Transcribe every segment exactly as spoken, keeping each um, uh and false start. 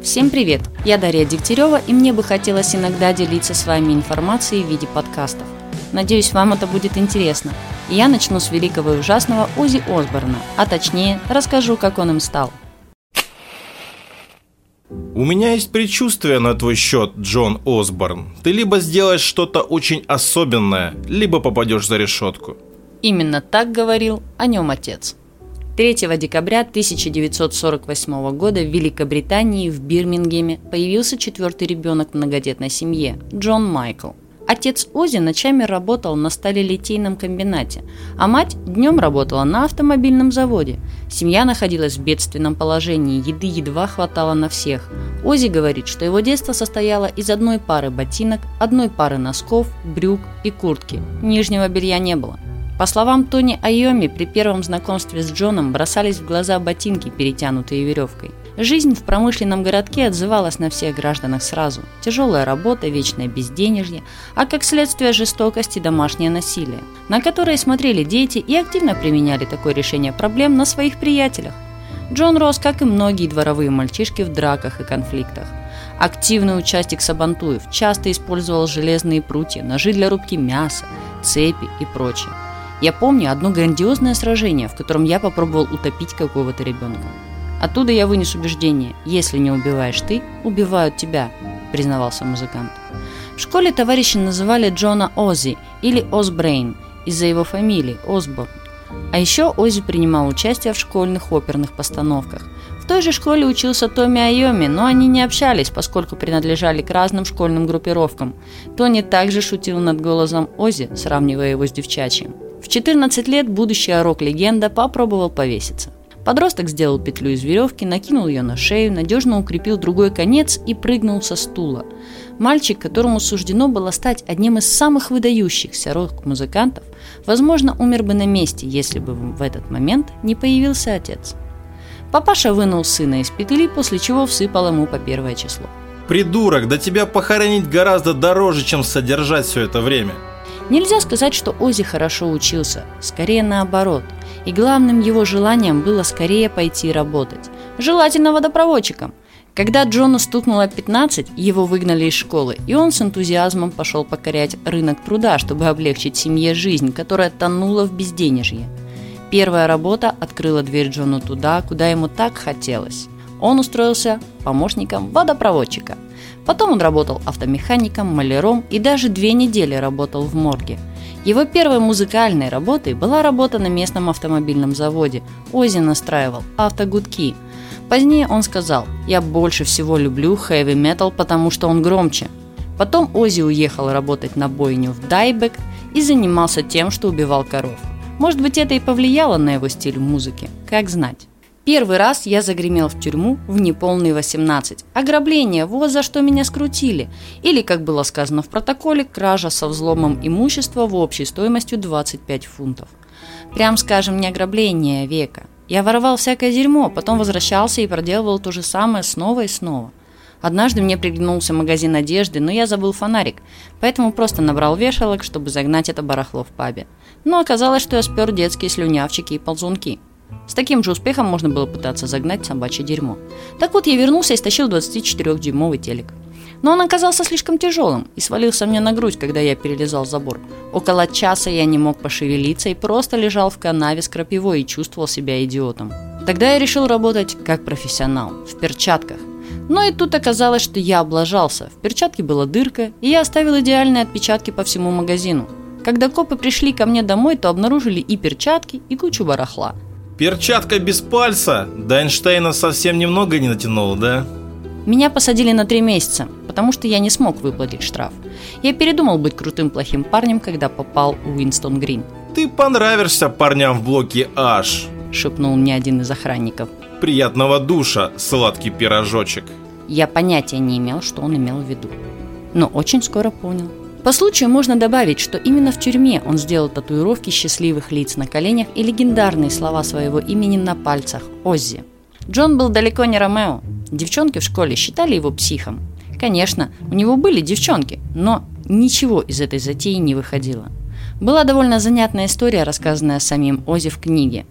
Всем привет! Я Дарья Дегтярева, и мне бы хотелось иногда делиться с вами информацией в виде подкастов. Надеюсь, вам это будет интересно. И я начну с великого и ужасного Оззи Осборна, а точнее, расскажу, как он им стал. У меня есть предчувствие на твой счет, Джон Осборн. Ты либо сделаешь что-то очень особенное, либо попадешь за решетку. Именно так говорил о нем отец. третьего декабря тысяча девятьсот сорок восьмого года в Великобритании в Бирмингеме появился четвертый ребенок в многодетной семье – Джон Майкл. Отец Оззи ночами работал на сталелитейном комбинате, а мать днем работала на автомобильном заводе. Семья находилась в бедственном положении, еды едва хватало на всех. Оззи говорит, что его детство состояло из одной пары ботинок, одной пары носков, брюк и куртки. Нижнего белья не было. По словам Тони Айоми, при первом знакомстве с Джоном бросались в глаза ботинки, перетянутые веревкой. Жизнь в промышленном городке отзывалась на всех гражданах сразу. Тяжелая работа, вечное безденежье, а как следствие жестокость и домашнее насилие, на которые смотрели дети и активно применяли такое решение проблем на своих приятелях. Джон рос, как и многие дворовые мальчишки, в драках и конфликтах. Активный участник сабантуев, часто использовал железные прутья, ножи для рубки мяса, цепи и прочее. Я помню одно грандиозное сражение, в котором я попробовал утопить какого-то ребенка. Оттуда я вынес убеждение: если не убиваешь ты, убивают тебя, признавался музыкант. В школе товарищи называли Джона Оззи или Осбрейн из-за его фамилии Осборн. А еще Оззи принимал участие в школьных оперных постановках. В той же школе учился Томми Айоми, но они не общались, поскольку принадлежали к разным школьным группировкам. Тони также шутил над голосом Оззи, сравнивая его с девчачьим. В четырнадцать лет будущая рок-легенда попробовал повеситься. Подросток сделал петлю из веревки, накинул ее на шею, надежно укрепил другой конец и прыгнул со стула. Мальчик, которому суждено было стать одним из самых выдающихся рок-музыкантов, возможно, умер бы на месте, если бы в этот момент не появился отец. Папаша вынул сына из петли, после чего всыпал ему по первое число. Придурок, да тебя похоронить гораздо дороже, чем содержать все это время. Нельзя сказать, что Оззи хорошо учился, скорее наоборот. И главным его желанием было скорее пойти работать. Желательно водопроводчиком. Когда Джону стукнуло пятнадцать, его выгнали из школы, и он с энтузиазмом пошел покорять рынок труда, чтобы облегчить семье жизнь, которая тонула в безденежье. Первая работа открыла дверь Джону туда, куда ему так хотелось. Он устроился помощником водопроводчика. Потом он работал автомехаником, маляром и даже две недели работал в морге. Его первой музыкальной работой была работа на местном автомобильном заводе. Оззи настраивал автогудки. Позднее он сказал: «Я больше всего люблю хэви-метал, потому что он громче». Потом Оззи уехал работать на бойню в Дайбек и занимался тем, что убивал коров. Может быть, это и повлияло на его стиль музыки, как знать. Первый раз я загремел в тюрьму в неполные восемнадцать. Ограбление, вот за что меня скрутили. Или, как было сказано в протоколе, кража со взломом имущества в общей стоимостью двадцать пять фунтов. Прям скажем, не ограбление века. Я воровал всякое дерьмо, потом возвращался и проделывал то же самое снова и снова. Однажды мне приглянулся магазин одежды, но я забыл фонарик, поэтому просто набрал вешалок, чтобы загнать это барахло в пабе. Но оказалось, что я спер детские слюнявчики и ползунки. С таким же успехом можно было пытаться загнать собачье дерьмо. Так вот, я вернулся и стащил двадцатичетырёхдюймовый телек. Но он оказался слишком тяжелым и свалился мне на грудь, когда я перелезал забор. Около часа я не мог пошевелиться и просто лежал в канаве с крапивой и чувствовал себя идиотом. Тогда я решил работать как профессионал, в перчатках. Но и тут оказалось, что я облажался. В перчатке была дырка, и я оставил идеальные отпечатки по всему магазину. Когда копы пришли ко мне домой, то обнаружили и перчатки, и кучу барахла. Перчатка без пальца? До Эйнштейна совсем немного не натянула, да? Меня посадили на три месяца, потому что я не смог выплатить штраф. Я передумал быть крутым плохим парнем, когда попал в Уинстон Грин. Ты понравишься парням в блоке H, шепнул мне один из охранников. Приятного душа, сладкий пирожочек. Я понятия не имел, что он имел в виду, но очень скоро понял. По случаю можно добавить, что именно в тюрьме он сделал татуировки счастливых лиц на коленях и легендарные слова своего имени на пальцах – Оззи. Джон был далеко не Ромео. Девчонки в школе считали его психом. Конечно, у него были девчонки, но ничего из этой затеи не выходило. Была довольно занятная история, рассказанная самим Оззи в книге.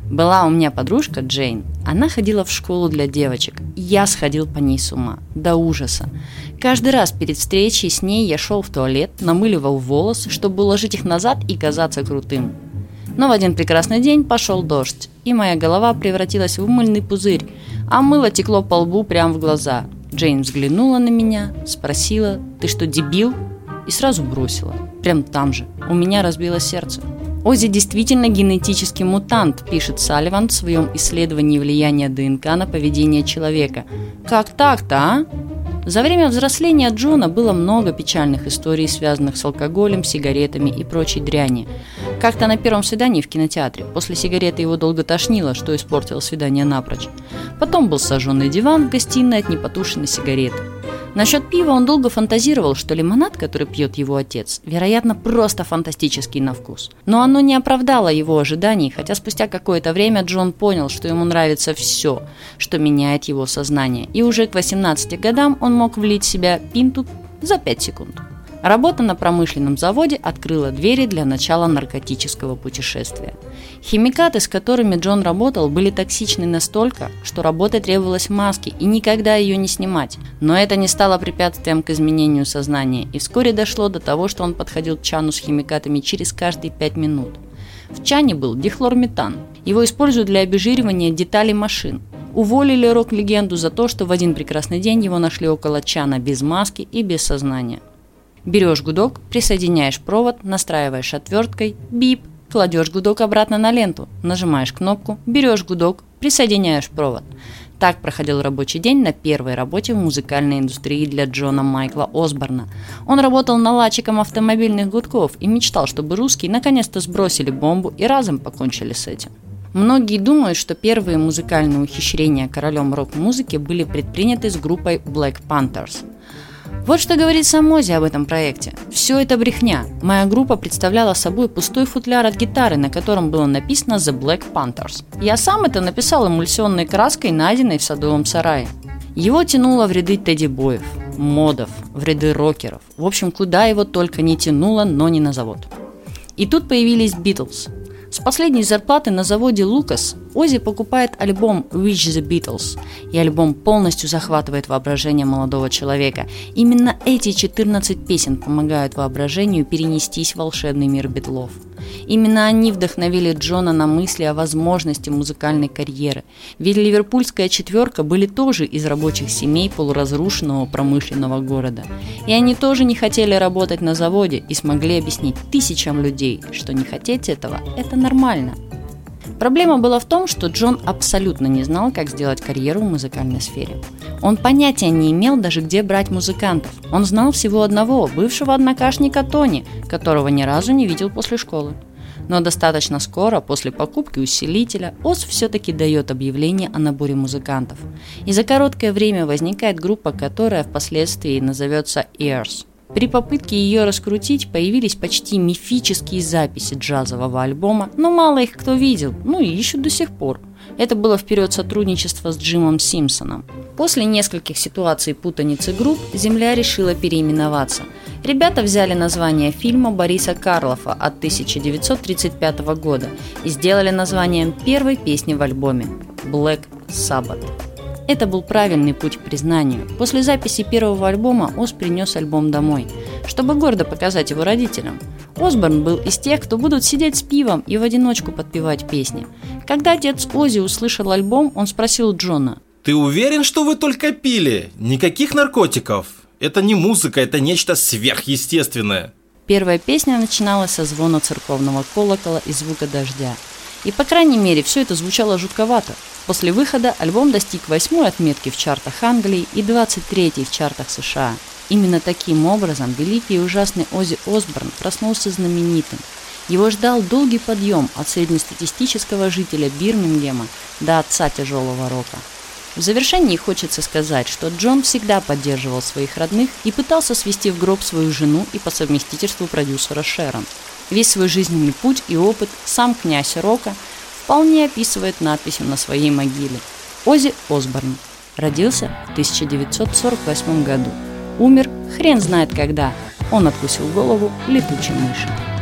Была у меня подружка Джейн. Она ходила в школу для девочек. Я сходил по ней с ума. До ужаса. Каждый раз перед встречей с ней я шел в туалет, намыливал волосы, чтобы уложить их назад и казаться крутым. Но в один прекрасный день пошел дождь, и моя голова превратилась в мыльный пузырь, а мыло текло по лбу прямо в глаза. Джейн взглянула на меня, спросила: «Ты что, дебил?» И сразу бросила. Прям там же. У меня разбилось сердце. Оззи действительно генетический мутант, пишет Салливан в своем исследовании влияния ДНК на поведение человека. Как так-то, а? За время взросления Джона было много печальных историй, связанных с алкоголем, сигаретами и прочей дряни. Как-то на первом свидании в кинотеатре. После сигареты его долго тошнило, что испортило свидание напрочь. Потом был сожженный диван в гостиной от непотушенной сигареты. Насчет пива он долго фантазировал, что лимонад, который пьет его отец, вероятно, просто фантастический на вкус. Но оно не оправдало его ожиданий, хотя спустя какое-то время Джон понял, что ему нравится все, что меняет его сознание, и уже к восемнадцати годам он мог влить в себя пинту за пять секунд. Работа на промышленном заводе открыла двери для начала наркотического путешествия. Химикаты, с которыми Джон работал, были токсичны настолько, что работе требовалась в маске и никогда ее не снимать. Но это не стало препятствием к изменению сознания, и вскоре дошло до того, что он подходил к чану с химикатами через каждые пять минут. В чане был дихлорметан. Его используют для обезжиривания деталей машин. Уволили рок-легенду за то, что в один прекрасный день его нашли около чана без маски и без сознания. Берешь гудок, присоединяешь провод, настраиваешь отверткой, бип, кладешь гудок обратно на ленту, нажимаешь кнопку, берешь гудок, присоединяешь провод. Так проходил рабочий день на первой работе в музыкальной индустрии для Джона Майкла Осборна. Он работал наладчиком автомобильных гудков и мечтал, чтобы русские наконец-то сбросили бомбу и разом покончили с этим. Многие думают, что первые музыкальные ухищрения королем рок-музыки были предприняты с группой Black Panthers. Вот что говорит сам Оззи об этом проекте. Все это брехня. Моя группа представляла собой пустой футляр от гитары, на котором было написано The Black Panthers. Я сам это написал эмульсионной краской, найденной в садовом сарае. Его тянуло в ряды тедди-боев, модов, в ряды рокеров. В общем, куда его только не тянуло, но не на завод. И тут появились Beatles. С последней зарплаты на заводе Lucas Оззи покупает альбом Reach the Beatles, и альбом полностью захватывает воображение молодого человека. Именно эти четырнадцать песен помогают воображению перенестись в волшебный мир Битлов. Именно они вдохновили Джона на мысли о возможности музыкальной карьеры, ведь ливерпульская четверка были тоже из рабочих семей полуразрушенного промышленного города. И они тоже не хотели работать на заводе и смогли объяснить тысячам людей, что не хотеть этого – это нормально. Проблема была в том, что Джон абсолютно не знал, как сделать карьеру в музыкальной сфере. Он понятия не имел даже, где брать музыкантов. Он знал всего одного, бывшего однокашника Тони, которого ни разу не видел после школы. Но достаточно скоро, после покупки усилителя, Оз все-таки дает объявление о наборе музыкантов. И за короткое время возникает группа, которая впоследствии назовется Ears. При попытке ее раскрутить появились почти мифические записи джазового альбома, но мало их кто видел, ну и ищут до сих пор. Это было в период сотрудничества с Джимом Симпсоном. После нескольких ситуаций путаницы групп земля решила переименоваться. Ребята взяли название фильма Бориса Карлофа от тысяча девятьсот тридцать пятого года и сделали названием первой песни в альбоме – Black Sabbath. Это был правильный путь к признанию. После записи первого альбома Оз принес альбом домой, чтобы гордо показать его родителям. Осборн был из тех, кто будут сидеть с пивом и в одиночку подпевать песни. Когда отец Оззи услышал альбом, он спросил Джона: «Ты уверен, что вы только пили? Никаких наркотиков? Это не музыка, это нечто сверхъестественное». Первая песня начиналась со звона церковного колокола и звука дождя. И, по крайней мере, все это звучало жутковато. После выхода альбом достиг восьмой отметки в чартах Англии и двадцать третьей в чартах США. Именно таким образом великий и ужасный Оззи Осборн проснулся знаменитым. Его ждал долгий подъем от среднестатистического жителя Бирмингема до отца тяжелого рока. В завершении хочется сказать, что Джон всегда поддерживал своих родных и пытался свести в гроб свою жену и по совместительству продюсера Шерон. Весь свой жизненный путь и опыт сам князь рока вполне описывает надписью на своей могиле: Оззи Осборн. Родился в тысяча девятьсот сорок восьмом году. Умер хрен знает когда. Он откусил голову летучей мыши.